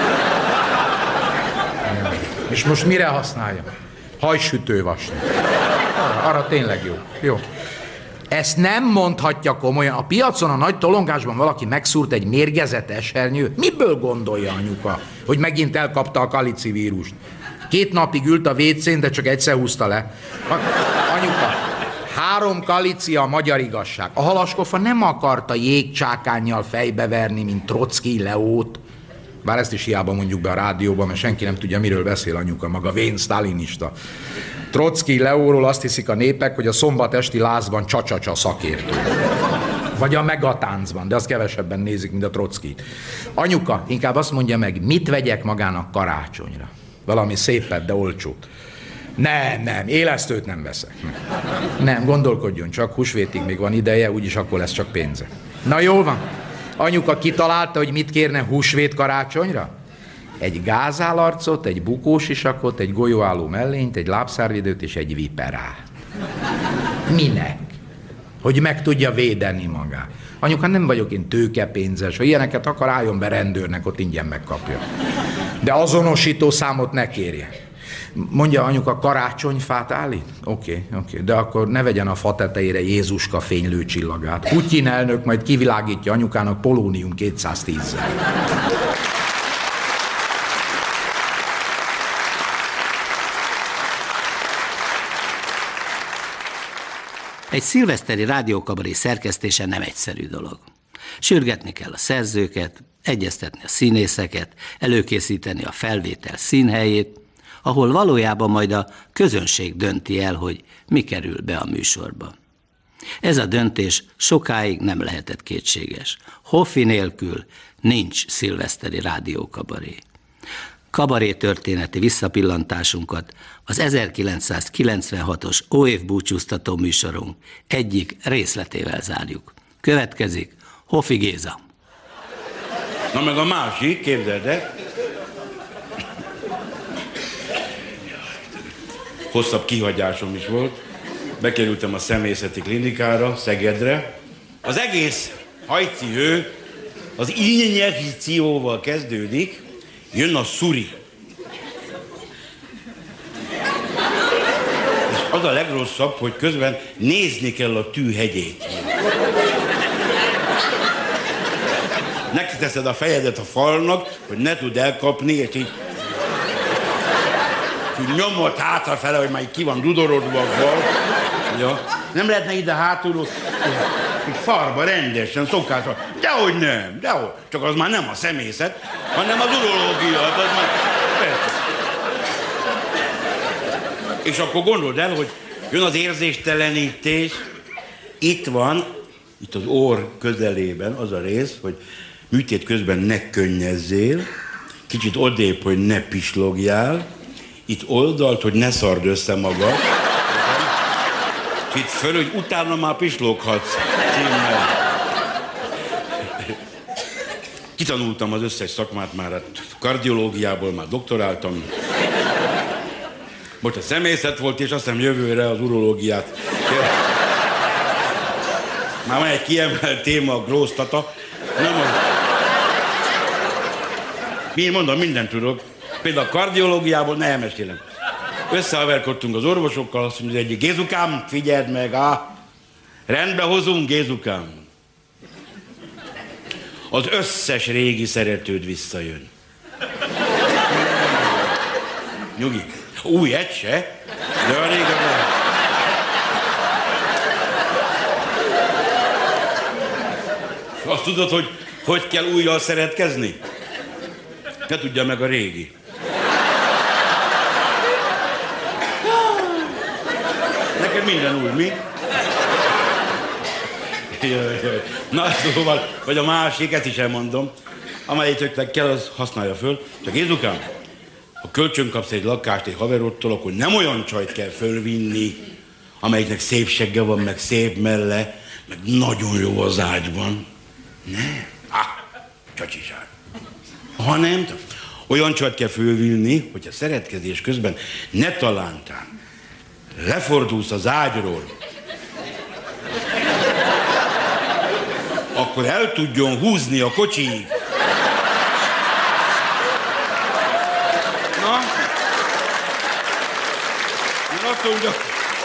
És most mire használja? Hajsütővasnak. Arra tényleg jó. Jó. Ezt nem mondhatja komolyan. A piacon, a nagy tolongásban valaki megszúrt egy mérgezett esernyőt. Miből gondolja anyuka, hogy megint elkapta a kalici vírust? 2 napig ült a WC-n, de csak egyszer húzta le. Anyuka, 3 kalici a magyar igazság. A halaskofa nem akarta jégcsákánnyal fejbeverni, mint Troczki Leót. Bár ezt is hiába mondjuk be a rádióban, mert senki nem tudja, miről beszél anyuka, maga vén sztálinista. Troczki Leóról azt hiszik a népek, hogy a szombat esti lázban csacsacsa szakértő. Vagy a Megatáncban, de azt kevesebben nézik, mint a Troczkit. Anyuka, inkább azt mondja meg, mit vegyek magának karácsonyra? Valami szépet, de olcsót. Nem, élesztőt nem veszek. Nem, gondolkodjon csak, húsvétig még van ideje, úgyis akkor lesz csak pénze. Na jól van. Anyuka kitalálta, hogy mit kérne húsvét karácsonyra? Egy gázálarcot, egy bukósisakot, egy golyóálló mellényt, egy lábszárvédőt és egy viperá. Minek? Hogy meg tudja védeni magát. Anyuka, nem vagyok én tőkepénzes, ha ilyeneket akar, álljon be rendőrnek, ott ingyen megkapja. De azonosító számot ne kérje. Mondja anyuka, karácsonyfát állít? Oké, de akkor ne vegyen a fa tetejére Jézuska fénylő csillagát. Putyin elnök majd kivilágítja anyukának polónium 210-zel. Egy szilveszteri rádiókabaré szerkesztése nem egyszerű dolog. Sürgetni kell a szerzőket, egyeztetni a színészeket, előkészíteni a felvétel színhelyét, ahol valójában majd a közönség dönti el, hogy mi kerül be a műsorba. Ez a döntés sokáig nem lehetett kétséges. Hoffi nélkül nincs szilveszteri rádiókabaré. Kabaré történeti visszapillantásunkat az 1996-os óév búcsúztató műsorunk egyik részletével zárjuk. Következik Hoffi Géza. Na meg a másik, képzeld el. Hosszabb kihagyásom is volt. Bekerültem a személyzeti klinikára, Szegedre. Az egész hajcihő az injekcióval kezdődik, jön a szuri. És az a legrosszabb, hogy közben nézni kell a tűhegyét. Neki teszed a fejedet a falnak, hogy ne tud elkapni, és így nyomod hátrafele, hogy már ki van dudorodva a fal. Ja. Nem lehetne ide hátulról, hogy farba rendesen, szokásos. Dehogy nem, dehogy. Csak az már nem a szemészet, hanem az urológia. Az már... Persze. És akkor gondold el, hogy jön az érzéstelenítés. Itt van, itt az orr közelében az a rész, hogy műtét közben ne könnyezzél, kicsit odébb, hogy ne pislogjál, itt oldalt, hogy ne szard össze magad, itt föl, hogy utána már pisloghatsz címmel. Kitanultam az összes szakmát már, a kardiológiából már doktoráltam. Most a személyzet volt, és azt hiszem jövőre az urológiát. Már van egy kiemelt téma, a grósztata. Mondom, mindent tudok. Például a kardiológiából ne elmesélem. Összehaverkodtunk az orvosokkal, azt mondja, egyik, Gézukám, figyeld meg, rendbe hozunk, Gézukám. Az összes régi szeretőd visszajön. Nyugi. Új egy se, de a régebben. Azt tudod, hogy kell újjal szeretkezni? Ne tudja meg a régi. Neked minden új, mi? Jaj. Na, szóval, vagy a másik, ezt is elmondom. Amelyiknek kell, az használja föl. Csak Jézukám, ha kölcsön kapsz egy lakást egy haverottól, akkor nem olyan csajt kell fölvinni, amelyiknek szép segge van, meg szép melle, meg nagyon jó az ágyban. Ne? Csacsiság. Hanem olyan csajt kell fölvinni, hogyha szeretkezés közben ne talántán lefordulsz az ágyról, akkor el tudjon húzni a kocsiig. Na? Mert azt mondja,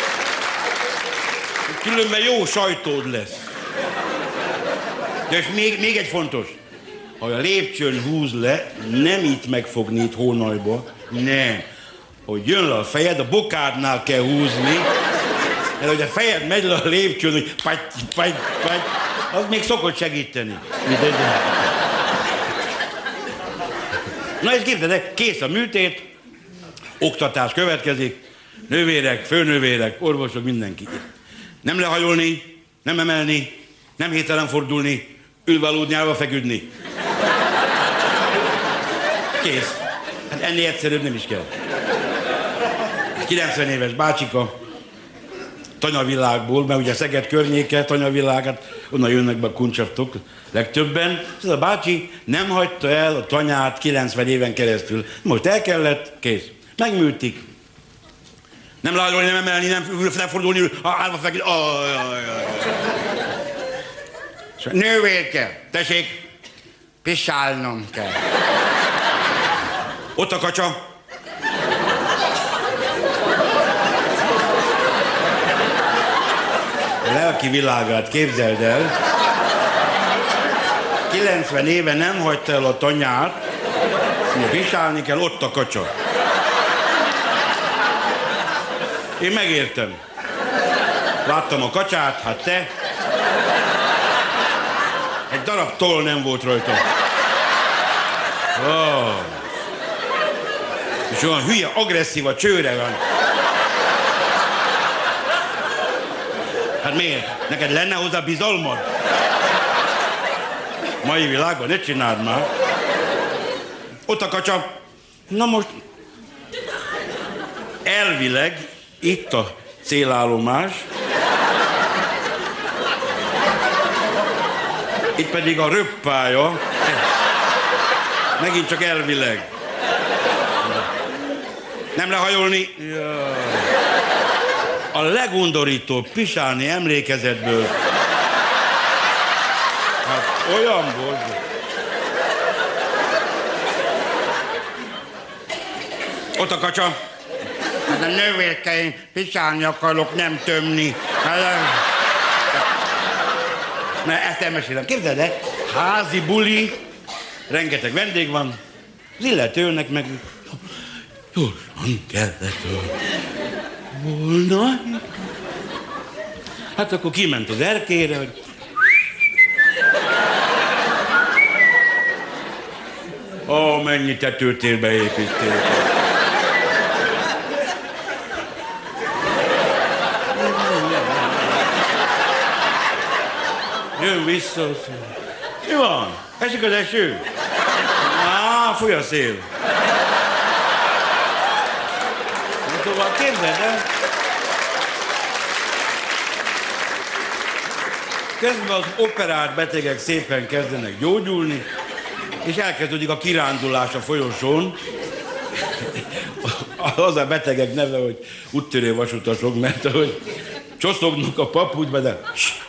hogy különben jó sajtód lesz. De és még egy fontos. Ha a lépcsőn húz le, nem itt megfogni itt hónajba, nem. Hogy jön le a fejed, a bokádnál kell húzni, mert hogy a fejed megy le a lépcsőn, hogy paty, az még szokott segíteni. Na és képzeld el, kész a műtét, oktatás következik, nővérek, főnővérek, orvosok, mindenki. Nem lehajolni, nem emelni, nem hételen fordulni, ülve aludni, állva feküdni. Kész. Hát ennél egyszerűbb nem is kell. 90 éves bácsika, tanyavilágból, mert ugye Szeged környéke, tanyavilág, hát onnan jönnek be a kuncsaftok legtöbben. Ez a bácsi nem hagyta el a tanyát 90 éven keresztül. Most el kellett, kész. Megműtik. Nem lágyolni, nem emelni, nem fordulni, állva feküdni. Nővérke, tessék, pisálnom kell. Ott a kacsa. A lelki világát képzeld el. 90 éve nem hagyta el a tanyát, hogy pisálni kell, ott a kacsa. Én megértem. Láttam a kacsát, hát te. Egy darab toll nem volt rajta. Oh. És olyan hülye, agresszív a csőre van. Hát miért? Neked lenne hozzá bizalmad? Mai világban ne csináld már. Ott a kacsa. Na most... Elvileg itt a célállomás. Itt pedig a röppálya. Megint csak elvileg. Nem lehajolni. A legundorítóbb pisálni emlékezetből. Hát olyan borzó. Ott a kacsa. Hát a nővérkeim, pisálni akarok, nem tömni. Mert ezt elmesélem. Képzeld el, házi buli, rengeteg vendég van, az illetőnek meg gyorsan kellett volna. Hát akkor kiment az erkélyre, hogy mennyi tetőt beépítették. Jön vissza, mi van? Esik az eső? Fúj a szél. Szóval képzeld el. Közben az operált betegek szépen kezdenek gyógyulni, és elkezdődik a kirándulás a folyosón. Az a betegek neve, hogy úttörő vasutasok, mert ahogy csoszognak a papucsba, de...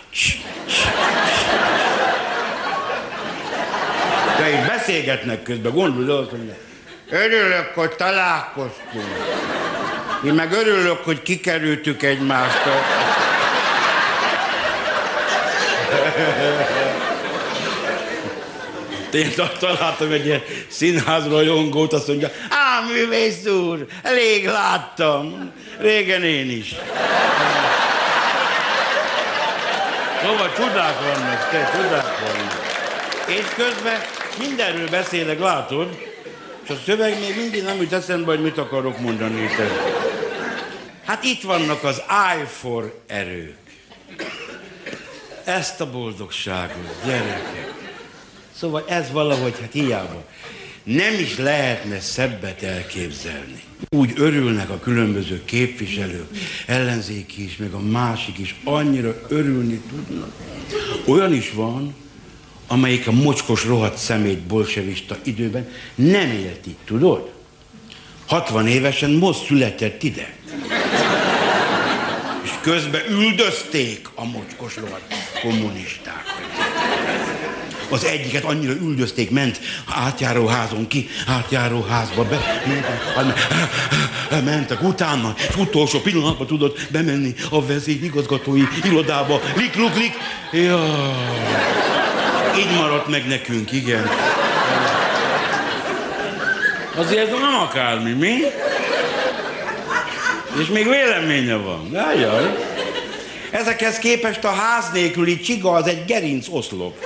De így beszélgetnek közben, gondolod azt, hogy örülök, hogy találkoztunk. Én meg örülök, hogy kikerültük egymástól. Én találtam egy ilyen színházrajongót, azt mondja, művész úr, elég láttam. Régen én is. Szóval csodák vannak, csodák vannak. És közben mindenről beszélek, látod? És a szöveg még mindig nem jut eszembe, hogy mit akarok mondani itt. Hát itt vannak az I-for erők. Ezt a boldogságot, gyerekek. Szóval ez valahogy, hát hiába. Nem is lehetne szebbet elképzelni. Úgy örülnek a különböző képviselők, ellenzéki is, meg a másik is, annyira örülni tudnak. Olyan is van, amelyik a mocskos rohadt szemét bolsevista időben nem élt itt, tudod? 60 évesen most született ide. És közben üldözték a mocskos rohadt kommunistákat. Az egyiket annyira üldözték, ment átjáróházon ki, átjáróházba be, mentek utána, és utolsó pillanatban tudott bemenni a vezérigazgatói irodába, lik. Jaj. Így maradt meg nekünk, igen. Azért ez nem akármi, mi? És még véleménye van. Jaj. Ezekhez képest a ház nélküli csiga az egy gerinc oszlop.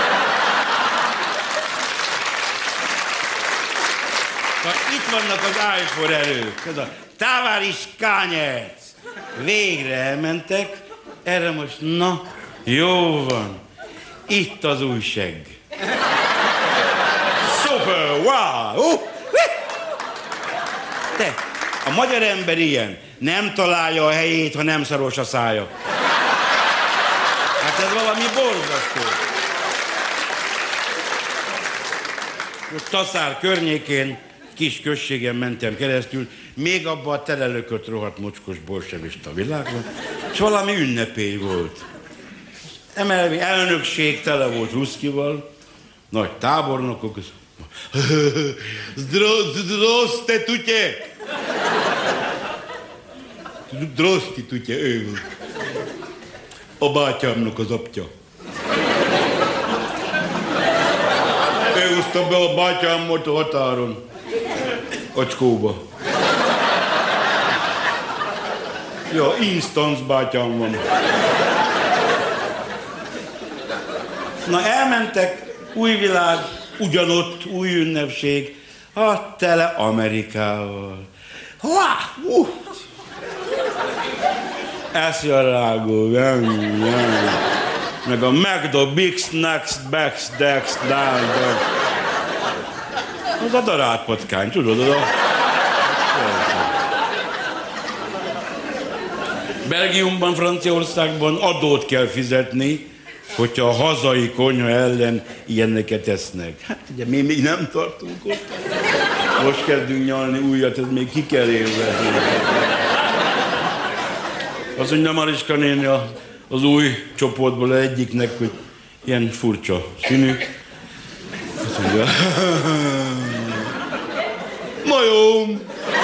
Itt vannak az I-for erők, ez a Tavaris Kányec. Végre elmentek, erre most, na, jó van. Itt az új segg. Szuper, wow! Te, a magyar ember ilyen, nem találja a helyét, ha nem szaros a szája. Hát ez valami borzasztó. Most Taszár környékén, kis községen mentem keresztül, még abban a terelökött rohadt mocskos bolsevista világban, és valami ünnepély volt. Emelvi elnökség tele volt ruszkival, nagy tábornokok. Zdraszte, tutye! Zdraszti, tutye, ő volt. A bátyámnak az apja. Ő húzta be a bátyámot a határon. Acskóba. Ja, instance bátyám van. Na elmentek, új világ, ugyanott, új ünnepség, hát tele Amerikával. Eszi a rágó, meg a Magda, Bix, Next, Bex, Dex, Dán, az a darátpatkány, tudod, az a... Belgiumban, Franciaországban adót kell fizetni, hogyha a hazai konyha ellen ilyeneket esznek. Hát ugye mi még nem tartunk ott. Most kezdünk nyalni újat, ez még ki kell élvezni. Azt mondja Mariska néni az új csoportból egyiknek, hogy ilyen furcsa színű. Azt mondja, majom!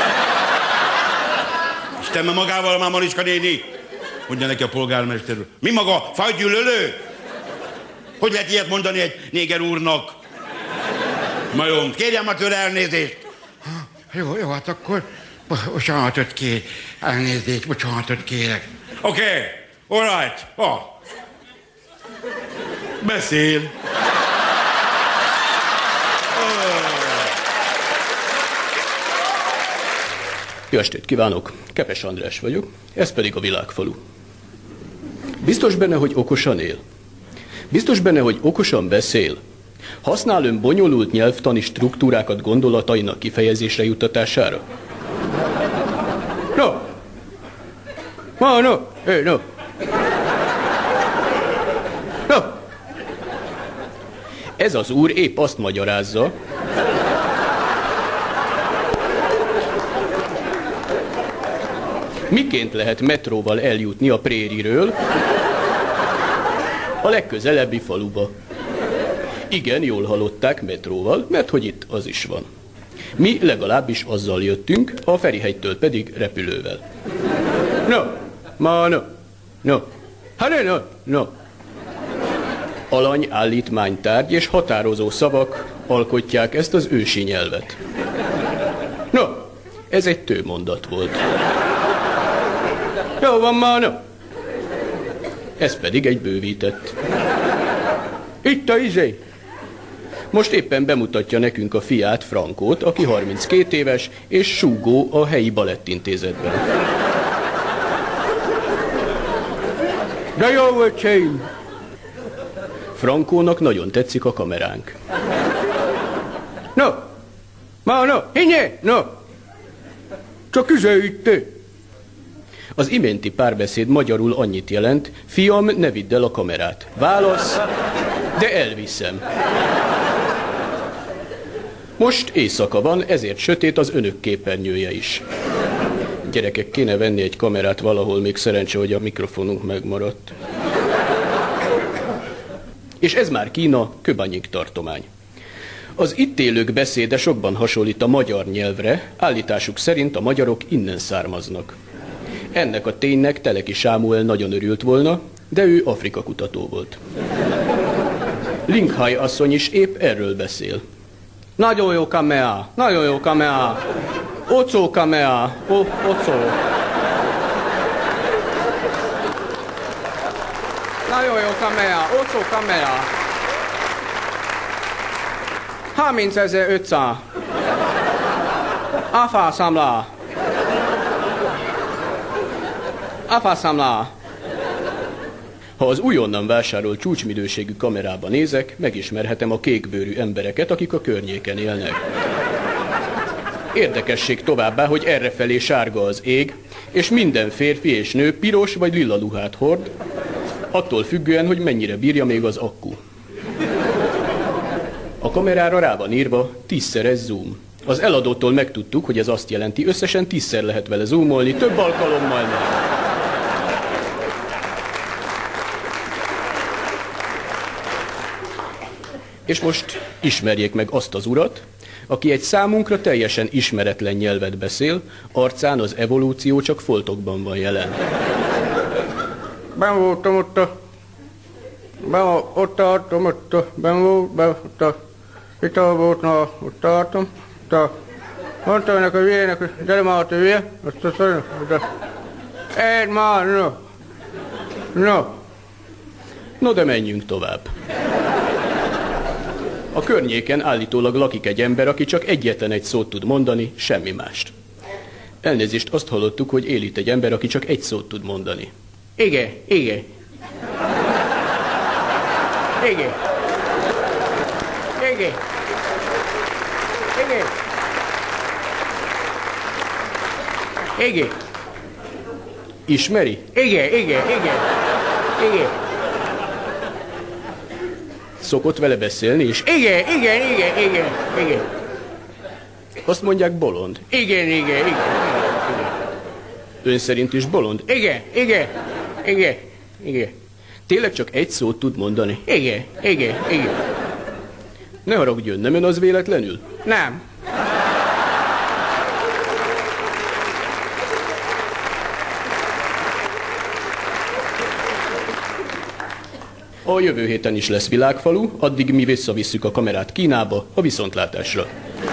És temme magával már Mariska néni, mondja neki a polgármester. Mi maga? Fajgyűlölő? Hogy lehet ilyet mondani egy néger úrnak? Majom, kérjem a tőle elnézést. Jó, hát akkor bocsánatot kér. Elnézést, bocsánatot kérek. Oké, all right. Beszél. Jó estét kívánok, Kepes András vagyok, ez pedig a Világfalu. Biztos benne, hogy okosan él? Biztos benne, hogy okosan beszél? Használ ön bonyolult nyelvtani struktúrákat gondolatainak kifejezésre juttatására? No! No! Ez az úr épp azt magyarázza, miként lehet metróval eljutni a Prériről a legközelebbi faluba. Igen, jól hallották, metróval, mert hogy itt az is van. Mi legalábbis azzal jöttünk, a Ferihegytől pedig repülővel. No. Alany, állítmány, tárgy és határozó szavak alkotják ezt az ősi nyelvet. No, ez egy tőmondat volt. Jó van már, no. Ez pedig egy bővített. Itt a izé. Most éppen bemutatja nekünk a fiát, Frankót, aki 32 éves, és súgó a helyi balettintézetben. De jó volt, Chain! Frankónak nagyon tetszik a kameránk. No! Ma, no! Hinnye! No! Csak izé itt! Az iménti párbeszéd magyarul annyit jelent: fiam, ne vidd el a kamerát. Válasz: de elviszem. Most éjszaka van, ezért sötét az önök képernyője is. Gyerekek, kéne venni egy kamerát valahol, még szerencse, hogy a mikrofonunk megmaradt. És ez már Kína, Köbanyik tartomány. Az itt élők beszéde sokban hasonlít a magyar nyelvre, állításuk szerint a magyarok innen származnak. Ennek a ténynek Teleki Sámuel nagyon örült volna, de ő Afrika kutató volt. Linkhaj asszony is épp erről beszél. Nagyon jó kamera, nagyon jó kamera. Ocó kamera, ocó. Nagyon jó kamera, ocó kamera. 30.500. Áfa számla. Áfa számla. Ha az újonnan vásárolt csúcsminőségű kamerába nézek, megismerhetem a kékbőrű embereket, akik a környéken élnek. Érdekesség továbbá, hogy errefelé sárga az ég, és minden férfi és nő piros vagy lila ruhát hord, attól függően, hogy mennyire bírja még az akku. A kamerára rá van írva 10-szeres zoom. Az eladótól megtudtuk, hogy ez azt jelenti, összesen 10-szer lehet vele zoomolni, több alkalommal nem. És most ismerjék meg azt az urat, aki egy számunkra teljesen ismeretlen nyelvet beszél, arcán az evolúció csak foltokban van jelen. Ben voltam ott tartom, itt ott tartom, mondta ennek a hülyének, hogy gyere már a hülye, azt egy már, no, de menjünk tovább. A környéken állítólag lakik egy ember, aki csak egyetlen egy szót tud mondani, semmi mást. Elnézést, azt hallottuk, hogy él itt egy ember, aki csak egy szót tud mondani. Igen. Igen. Igen. Igen. Igen. Ismeri? Igen. Szokott vele beszélni is? Igen. Azt mondják, bolond. Igen. Ön szerint is bolond? Igen. Tényleg csak egy szót tud mondani? Igen. Ne haragudjon, nem ön az véletlenül? Nem. A jövő héten is lesz világfalu, addig mi visszavisszük a kamerát Kínába, a viszontlátásra.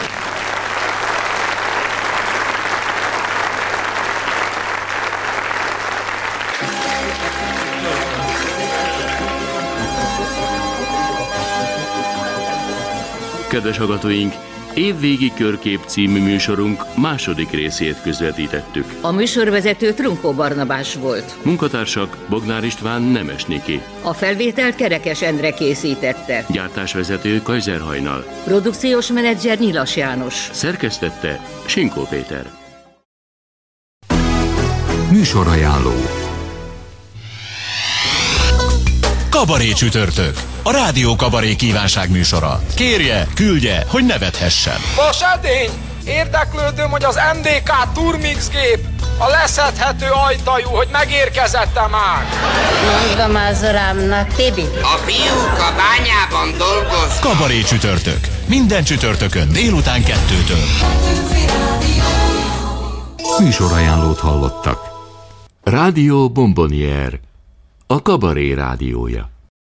Kedves hallgatóink, Évvégi Körkép című műsorunk második részét közvetítettük. A műsorvezető Trunkó Barnabás volt. Munkatársak Bognár István, Nemes Niki. A felvételt Kerekes Endre készítette. Gyártásvezető Kajzer Hajnal. Produkciós menedzser Nyilas János. Szerkesztette Sinkó Péter. Műsorajánló. Kabaré csütörtök. A Rádió Kabaré kívánságműsora. Kérje, küldje, hogy nevethessen. Vas edény! Érdeklődöm, hogy az MDK Turmix gép a leszedhető ajtajú, hogy megérkezette már. Mondom az uramnak, Tibi. A fiúk a bányában dolgoznak. Kabaré csütörtök. Minden csütörtökön délután 2-től. Műsorajánlót hallottak. Rádió Bombonier, a Kabaré rádiója.